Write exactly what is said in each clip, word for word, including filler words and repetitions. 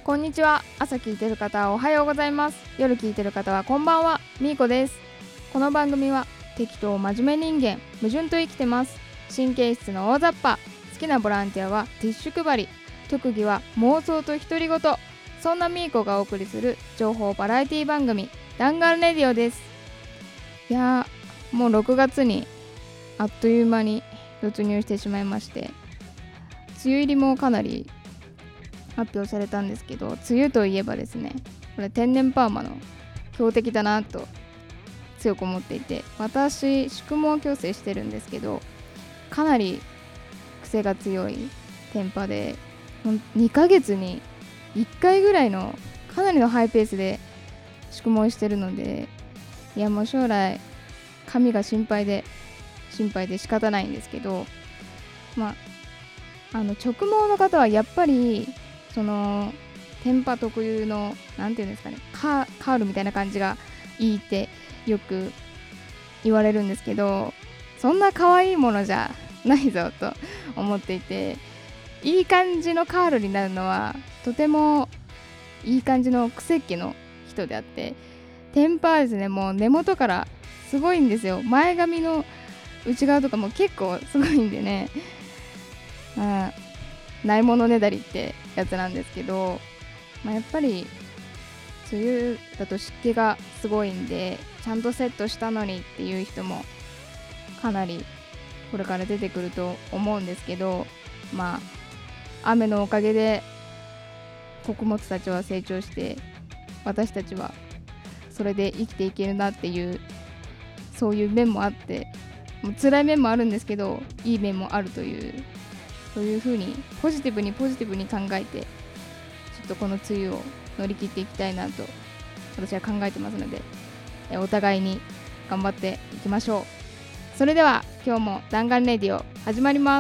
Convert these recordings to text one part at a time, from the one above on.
こんにちは。朝聞いてる方はおはようございます。夜聞いてる方はこんばんは。みーこです。この番組は適当真面目人間矛盾と生きてます。神経質の大雑把。好きなボランティアはティッシュ配り。特技は妄想と独り言。そんなみーこがお送りする情報バラエティ番組弾丸レディオです。いやーもうろくがつにあっという間に突入してしまいまして、梅雨入りもかなり発表されたんですけど、梅雨といえばですね、これ天然パーマの強敵だなと強く思っていて、私宿毛矯正してるんですけど、かなり癖が強い天パでにかげつにいっかいぐらいのかなりのハイペースで宿毛してるので、いやもう将来髪が心配で心配で仕方ないんですけど、まああの直毛の方はやっぱりその天パ特有のなんていうんですかね、カカールみたいな感じがいいってよく言われるんですけど、そんな可愛いものじゃないぞと思っていて、いい感じのカールになるのはとてもいい感じの癖っ気の人であって、天パはですね、もう根元からすごいんですよ。前髪の内側とかも結構すごいんでね、まあないものねだりってやつなんですけど、まあ、やっぱり梅雨だと湿気がすごいんで、ちゃんとセットしたのにっていう人もかなりこれから出てくると思うんですけど、まあ雨のおかげで穀物たちは成長して、私たちはそれで生きていけるなっていう、そういう面もあって、もう辛い面もあるんですけどいい面もあるという、そういう風にポジティブにポジティブに考えて、ちょっとこの梅雨を乗り切っていきたいなと私は考えてますので、お互いに頑張っていきましょう。それでは今日も弾丸レディオ始まります。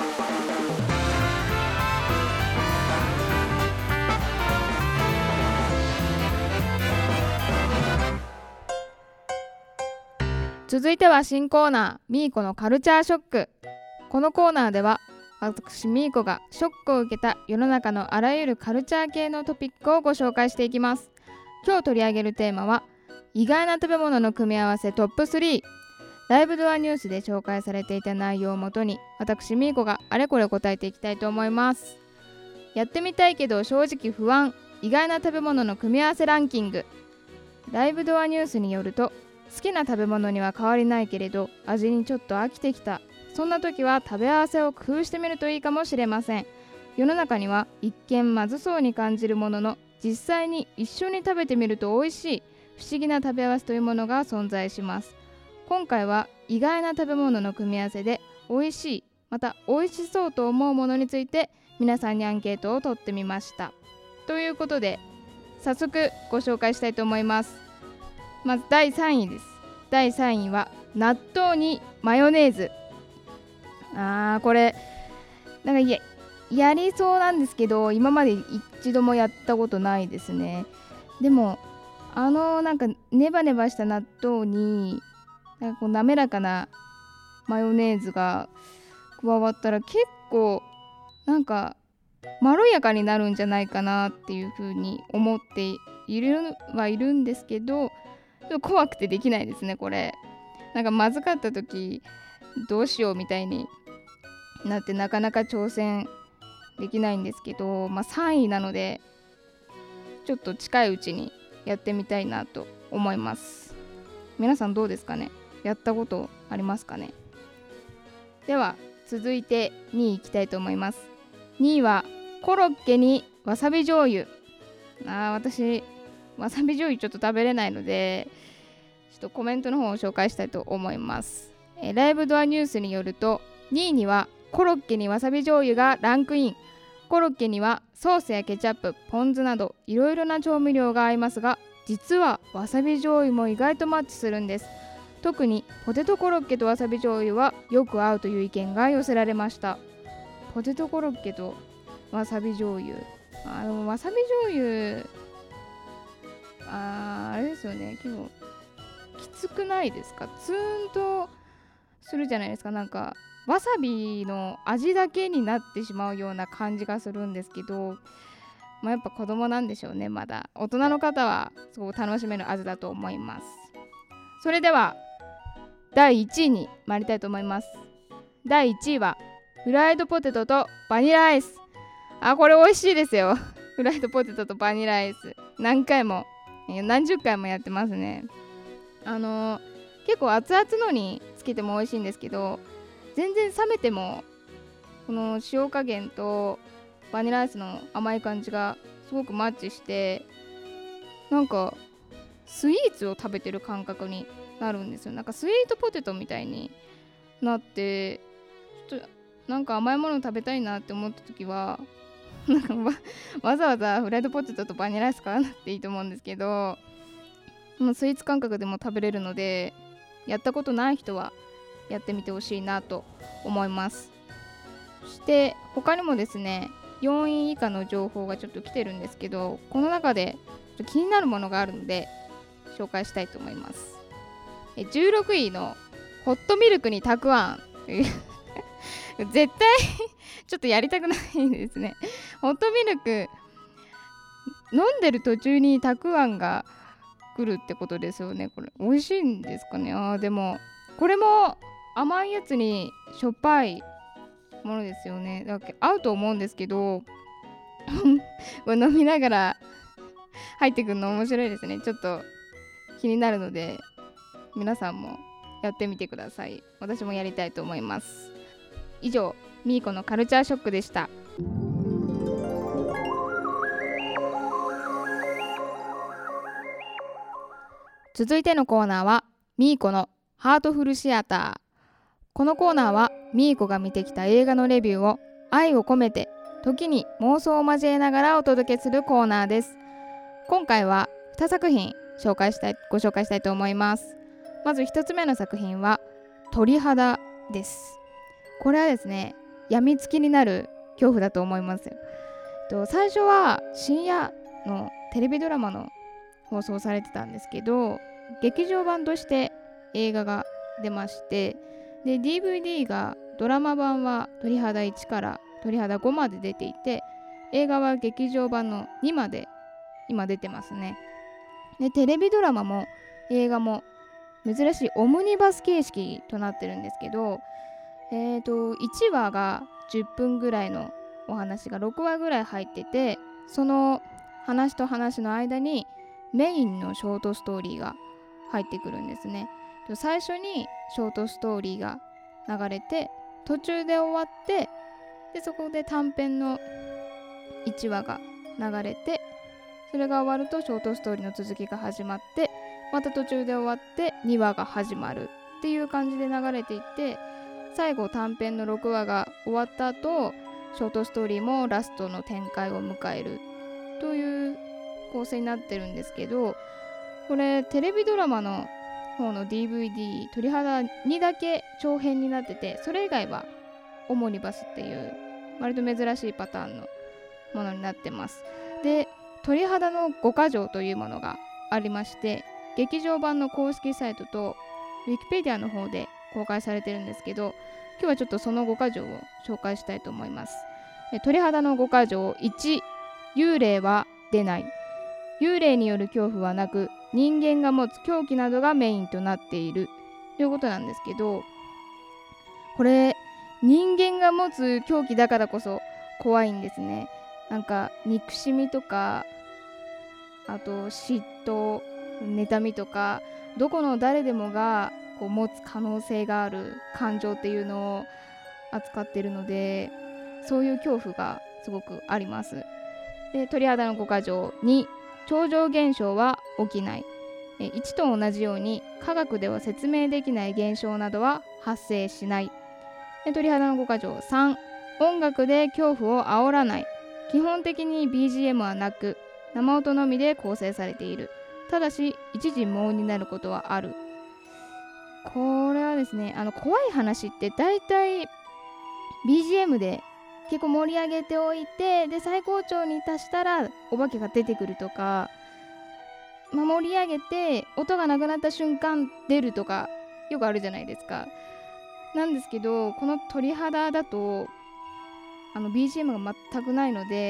続いては新コーナー、みーこのカルチャーショック。このコーナーでは私みーこがショックを受けた世の中のあらゆるカルチャー系のトピックをご紹介していきます。今日取り上げるテーマは意外な食べ物の組み合わせトップスリー。ライブドアニュースで紹介されていた内容をもとに、私みーこがあれこれ答えていきたいと思います。やってみたいけど正直不安、意外な食べ物の組み合わせランキング。ライブドアニュースによると、好きな食べ物には変わりないけれど味にちょっと飽きてきた、そんな時は食べ合わせを工夫してみるといいかもしれません。世の中には一見まずそうに感じるものの、実際に一緒に食べてみると美味しい不思議な食べ合わせというものが存在します。今回は意外な食べ物の組み合わせで美味しい、また美味しそうと思うものについて皆さんにアンケートを取ってみました。ということで早速ご紹介したいと思います。まずだいさんいです。だいさんいは納豆にマヨネーズ。あーこれなんか や, やりそうなんですけど、今まで一度もやったことないですね。でもあのなんかネバネバした納豆になんかこう滑らかなマヨネーズが加わったら結構なんかまろやかになるんじゃないかなっていう風に思っているはいるんですけど、ちょっと怖くてできないですねこれ。なんかまずかった時どうしようみたいになってなかなか挑戦できないんですけど、まあ、さんいなのでちょっと近いうちにやってみたいなと思います。皆さんどうですかね、やったことありますかね。では続いてにいいきたいと思います。にいはコロッケにわさび醤油。あー私わさび醤油ちょっと食べれないので、ちょっとコメントの方を紹介したいと思います。えライブドアニュースによると、にいにはコロッケにわさび醤油がランクイン。コロッケにはソースやケチャップ、ポン酢などいろいろな調味料が合いますが、実はわさび醤油も意外とマッチするんです。特にポテトコロッケとわさび醤油はよく合うという意見が寄せられました。ポテトコロッケとわさび醤油、あのわさび醤油あーあれですよね、結構きつくないですか。ツーンとするじゃないですか。なんかわさびの味だけになってしまうような感じがするんですけど、 まあ、やっぱ子供なんでしょうね。まだ大人の方はすごく楽しめる味だと思います。それではだいいちいに参りたいと思います。だいいちいはフライドポテトとバニラアイス。あ、これ美味しいですよ。フライドポテトとバニラアイス何回も何十回もやってますね。あのー、結構熱々のにつけても美味しいんですけど、全然冷めてもこの塩加減とバニラアイスの甘い感じがすごくマッチして、なんかスイーツを食べてる感覚になるんですよ。なんかスイートポテトみたいになって、ちょっとなんか甘いもの食べたいなって思った時はなんか わ, わざわざフライドポテトとバニラアイス買わなくていいと思うんですけど、もうスイーツ感覚でも食べれるので、やったことない人はやってみてほしいなと思います。そして他にもですね、よんい以下の情報がちょっと来てるんですけど、この中でちょっと気になるものがあるので紹介したいと思います。えじゅうろくいのホットミルクにたくあん絶対ちょっとやりたくないですね。ホットミルク飲んでる途中にたくあんが来るってことですよね。これ美味しいんですかね。あーでもこれも甘いやつにしょっぱいものですよね。だから合うと思うんですけどこれ飲みながら入ってくるの面白いですね。ちょっと気になるので皆さんもやってみてください。私もやりたいと思います。以上、みーこのカルチャーショックでした。続いてのコーナーはみーこのハートフルシアター。このコーナーはみーこが見てきた映画のレビューを愛を込めて、時に妄想を交えながらお届けするコーナーです。今回はにさく品紹介したいご紹介したいと思います。まずひとつめの作品は鳥肌です。これはですね、病みつきになる恐怖だと思いますよ。と最初は深夜のテレビドラマの放送されてたんですけど、劇場版として映画が出まして、で ディーブイディー がドラマ版は鳥肌いちから鳥肌ごまで出ていて、映画は劇場版のにまで今出てますね。でテレビドラマも映画も珍しいオムニバス形式となってるんですけど、えーといちわがじゅっぷんぐらいのお話がろくわぐらい入ってて、その話と話の間にメインのショートストーリーが入ってくるんですね。最初にショートストーリーが流れて、途中で終わって、でそこで短編のいちわが流れて、それが終わるとショートストーリーの続きが始まって、また途中で終わってにわが始まるっていう感じで流れていって、最後短編のろくわが終わった後、ショートストーリーもラストの展開を迎えるという構成になってるんですけど、これテレビドラマの方の ディーブイディー 鳥肌にだけ長編になってて、それ以外はオモニバスっていう割と珍しいパターンのものになってます。で鳥肌のごか条というものがありまして、劇場版の公式サイトとウィキペディアの方で公開されてるんですけど、今日はちょっとそのごか条を紹介したいと思います。え鳥肌のごか条いち、幽霊は出ない。幽霊による恐怖はなく、人間が持つ狂気などがメインとなっているということなんですけど、これ人間が持つ狂気だからこそ怖いんですね。なんか憎しみとか、あと嫉妬、妬みとか、どこの誰でもがこう持つ可能性がある感情っていうのを扱っているので、そういう恐怖がすごくあります。で鳥肌のごか条に、超常現象は起きない。いちと同じように科学では説明できない現象などは発生しない。で鳥肌のごか条さん、音楽で恐怖を煽らない。基本的に ビージーエム はなく、生音のみで構成されている。ただし一時無音になることはある。これはですね、あの怖い話ってだいたい ビージーエム で結構盛り上げておいて、で最高潮に達したらお化けが出てくるとか、まあ、盛り上げて音がなくなった瞬間出るとかよくあるじゃないですか。なんですけど、この鳥肌だとあの ビージーエム が全くないので、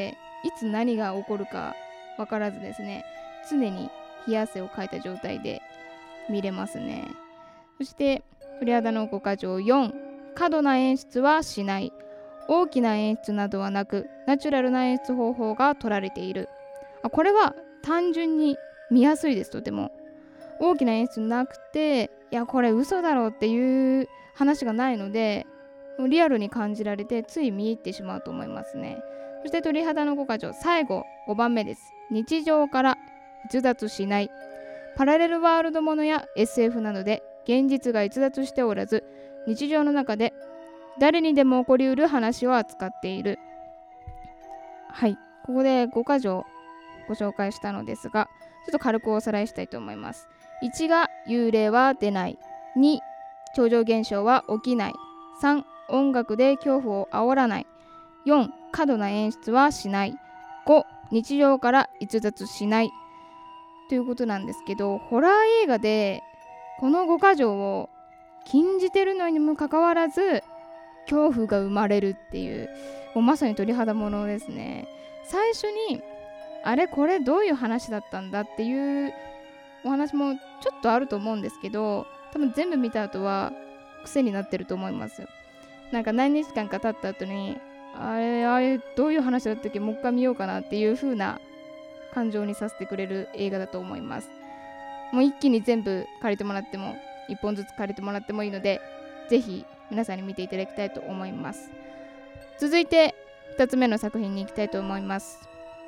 つ何が起こるか分からずですね、常に冷や汗をかいた状態で見れますね。そして鳥肌のごか条よん、過度な演出はしない。大きな演出などはなく、ナチュラルな演出方法が取られている。あ、これは単純に見やすいです。とても大きな演出なくて、いやこれ嘘だろうっていう話がないので、リアルに感じられてつい見入ってしまうと思いますね。そして鳥肌のごか条最後ごばんめです。日常から逸脱しない。パラレルワールドものや エスエフ などで現実が逸脱しておらず、日常の中で誰にでも起こりうる話を扱っている。はい、ここでごか条ご紹介したのですが、ちょっと軽くおさらいしたいと思います。いちが幽霊は出ない。に、超常現象は起きない。さん、音楽で恐怖を煽らない。よん、過度な演出はしない。ご、日常から逸脱しないということなんですけど、ホラー映画でこのごか条を禁じてるのにもかかわらず恐怖が生まれるっていう、もうまさに鳥肌ものですね。最初にあれこれどういう話だったんだっていうお話もちょっとあると思うんですけど、多分全部見た後は癖になってると思いますよ。なんか何日間か経った後にあれあれどういう話だったっけ、もう一回見ようかなっていう風な感情にさせてくれる映画だと思います。もう一気に全部借りてもらっても、一本ずつ借りてもらってもいいので、ぜひ皆さんに見ていただきたいと思います。続いてふたつめの作品に行きたいと思います。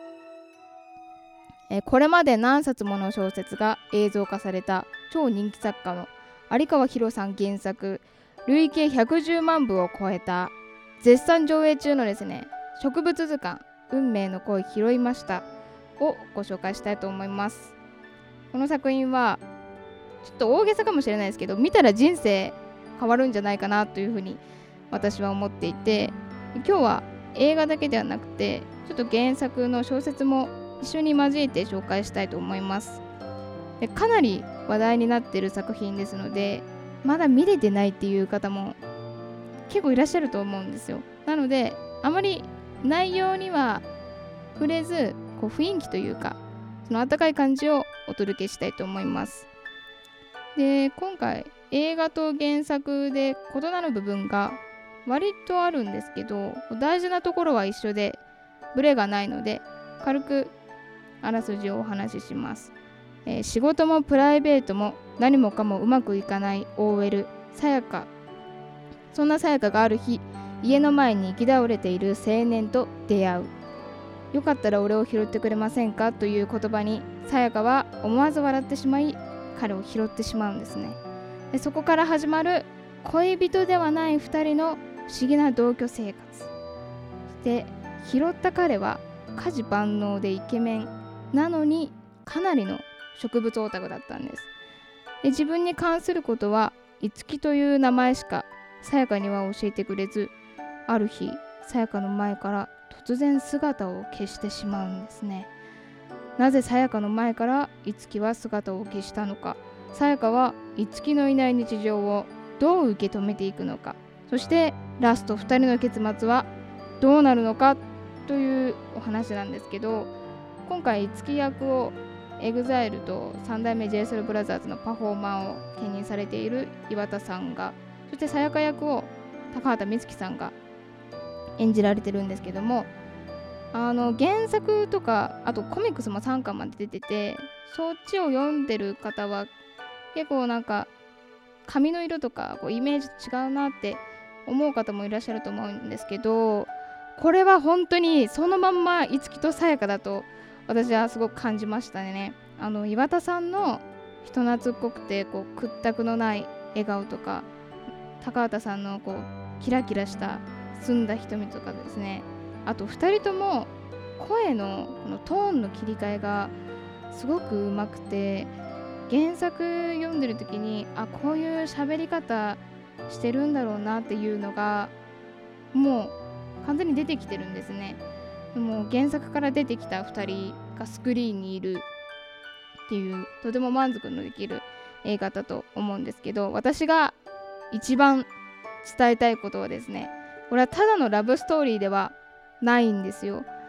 えこれまで何冊もの小説が映像化された超人気作家の有川博さん原作、累計ひゃくじゅうまんぶを超えた絶賛上映中のですね、植物図鑑運命の声拾いましたをご紹介したいと思います。この作品はちょっと大げさかもしれないですけど、見たら人生変わるんじゃないかなというふうに私は思っていて、今日は映画だけではなくてちょっと原作の小説も一緒に交えて紹介したいと思います。でかなり話題になっている作品ですので、まだ見れてないっていう方も結構いらっしゃると思うんですよ。なのであまり内容には触れず、こう雰囲気というかその温かい感じをお届けしたいと思います。で今回映画と原作で異なる部分が割とあるんですけど、大事なところは一緒でブレがないので軽くあらすじをお話しします。えー、仕事もプライベートも何もかもうまくいかない オーエル さやか。そんなさやかがある日、家の前に行き倒れている青年と出会う。よかったら俺を拾ってくれませんかという言葉にさやかは思わず笑ってしまい、彼を拾ってしまうんですね。でそこから始まる恋人ではないふたりの不思議な同居生活で、拾った彼は家事万能でイケメンなのにかなりの植物オタクだったんです。で自分に関することは樹という名前しかさやかには教えてくれず、ある日さやかの前から突然姿を消してしまうんですね。なぜさやかの前から樹は姿を消したのか、さやかは樹のいない日常をどう受け止めていくのか、そしてラストふたりの結末はどうなるのかというお話なんですけど、今回樹役を エグザイル とさん代目 ジェイソウルブラザーズのパフォーマーを兼任されている岩田さんが、そしてさやか役を高畑充希さんが演じられてるんですけども、あの原作とかあとコミックスもさんかんまで出てて、そっちを読んでる方は結構なんか髪の色とかこうイメージ違うなって思う方もいらっしゃると思うんですけど、これは本当にそのまんま樹とさやかだと私はすごく感じましたね。あの岩田さんの人懐っこくてこう屈託のない笑顔とか、高畑さんのこうキラキラした澄んだ瞳とかですね、あとふたりとも声のこのトーンの切り替えがすごくうまくて、原作読んでる時にあこういう喋り方してるんだろうなっていうのがもう完全に出てきてるんですね。もう原作から出てきたふたりがスクリーンにいるっていう、とても満足のできる映画だと思うんですけど、私が一番伝えたいことはですね、これはただのラブストーリーではないんですよ。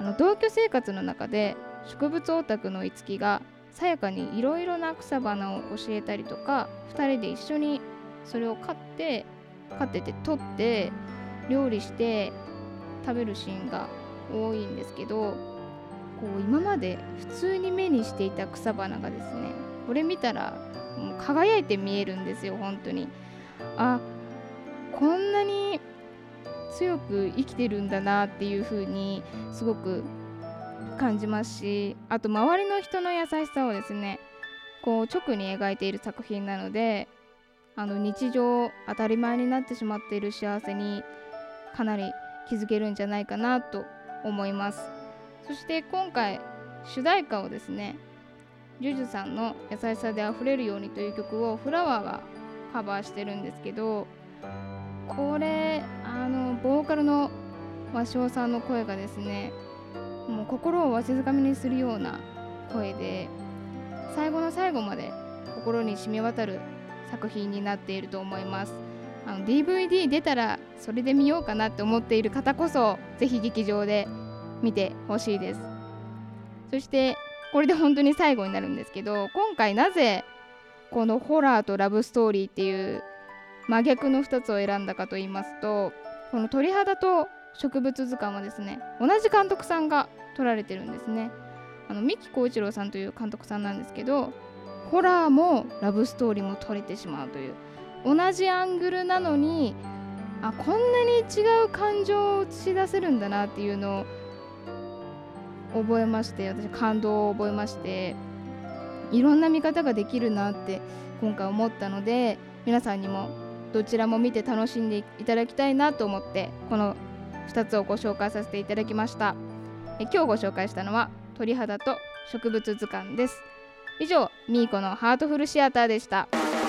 あの同居生活の中で植物オタクのいつきがさやかにいろいろな草花を教えたりとか、ふたりで一緒にそれを飼って飼ってて取って料理して食べるシーンが多いんですけど、こう今まで普通に目にしていた草花がですね、これ見たらもう輝いて見えるんですよ。本当にあ、こんなに強く生きてるんだなっていう風にすごく感じますし、あと周りの人の優しさをですね、こう直に描いている作品なので、あの日常当たり前になってしまっている幸せにかなり気づけるんじゃないかなと思います。そして今回主題歌をですね、ジュジュさんの優しさであふれるようにという曲をフラワーがカバーしてるんですけど、これあのボーカルの和尚さんの声がですね、もう心をわしづかみにするような声で、最後の最後まで心に染み渡る作品になっていると思います。あの ディーブイディー 出たらそれで見ようかなって思っている方こそぜひ劇場で見てほしいです。そしてこれで本当に最後になるんですけど、今回なぜこのホラーとラブストーリーっていう真逆のふたつを選んだかと言いますと、この鳥肌と植物図鑑はですね、同じ監督さんが撮られてるんですね。あの三木浩一郎さんという監督さんなんですけど、ホラーもラブストーリーも撮れてしまうという、同じアングルなのにあこんなに違う感情を映し出せるんだなっていうのを覚えまして、私感動を覚えまして、いろんな見方ができるなって今回思ったので、皆さんにもどちらも見て楽しんでいただきたいなと思ってこのふたつをご紹介させていただきました。え今日ご紹介したのは鳥肌と植物図鑑です。以上、ミーコのハートフルシアターでした。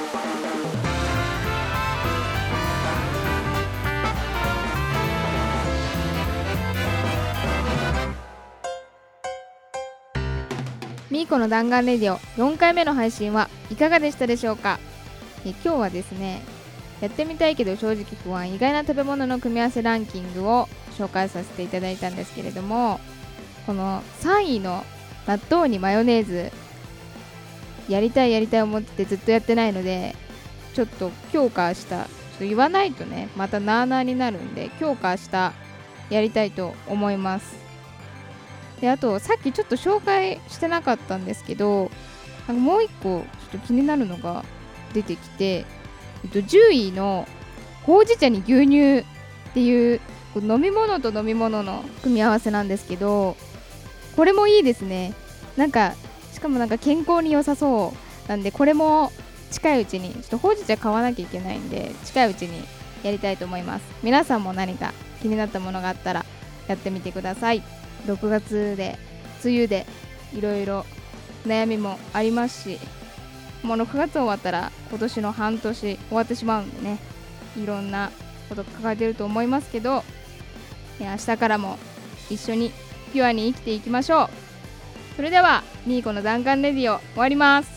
ミーコの弾丸レディオよんかいめの配信はいかがでしたでしょうか。え今日はですね、やってみたいけど正直不安、意外な食べ物の組み合わせランキングを紹介させていただいたんですけれども、このさんいの納豆にマヨネーズ、やりたいやりたい思っててずっとやってないので、ちょっと強化した、ちょっと言わないとねまたなーなーになるんで、強化したやりたいと思います。であとさっきちょっと紹介してなかったんですけど、なんかもう一個ちょっと気になるのが出てきて、えっと、じゅういのほうじ茶に牛乳っていう飲み物と飲み物の組み合わせなんですけど、これもいいですね。なんかしかもなんか健康に良さそうなんで、これも近いうちに、ちょっとほうじ茶買わなきゃいけないんで近いうちにやりたいと思います。皆さんも何か気になったものがあったらやってみてください。ろくがつで梅雨でいろいろ悩みもありますし、もうろくがつ終わったら今年の半年終わってしまうんでね、いろんなこと抱えてると思いますけど、明日からも一緒にピュアに生きていきましょう。それではミーコの弾丸レディオ終わります。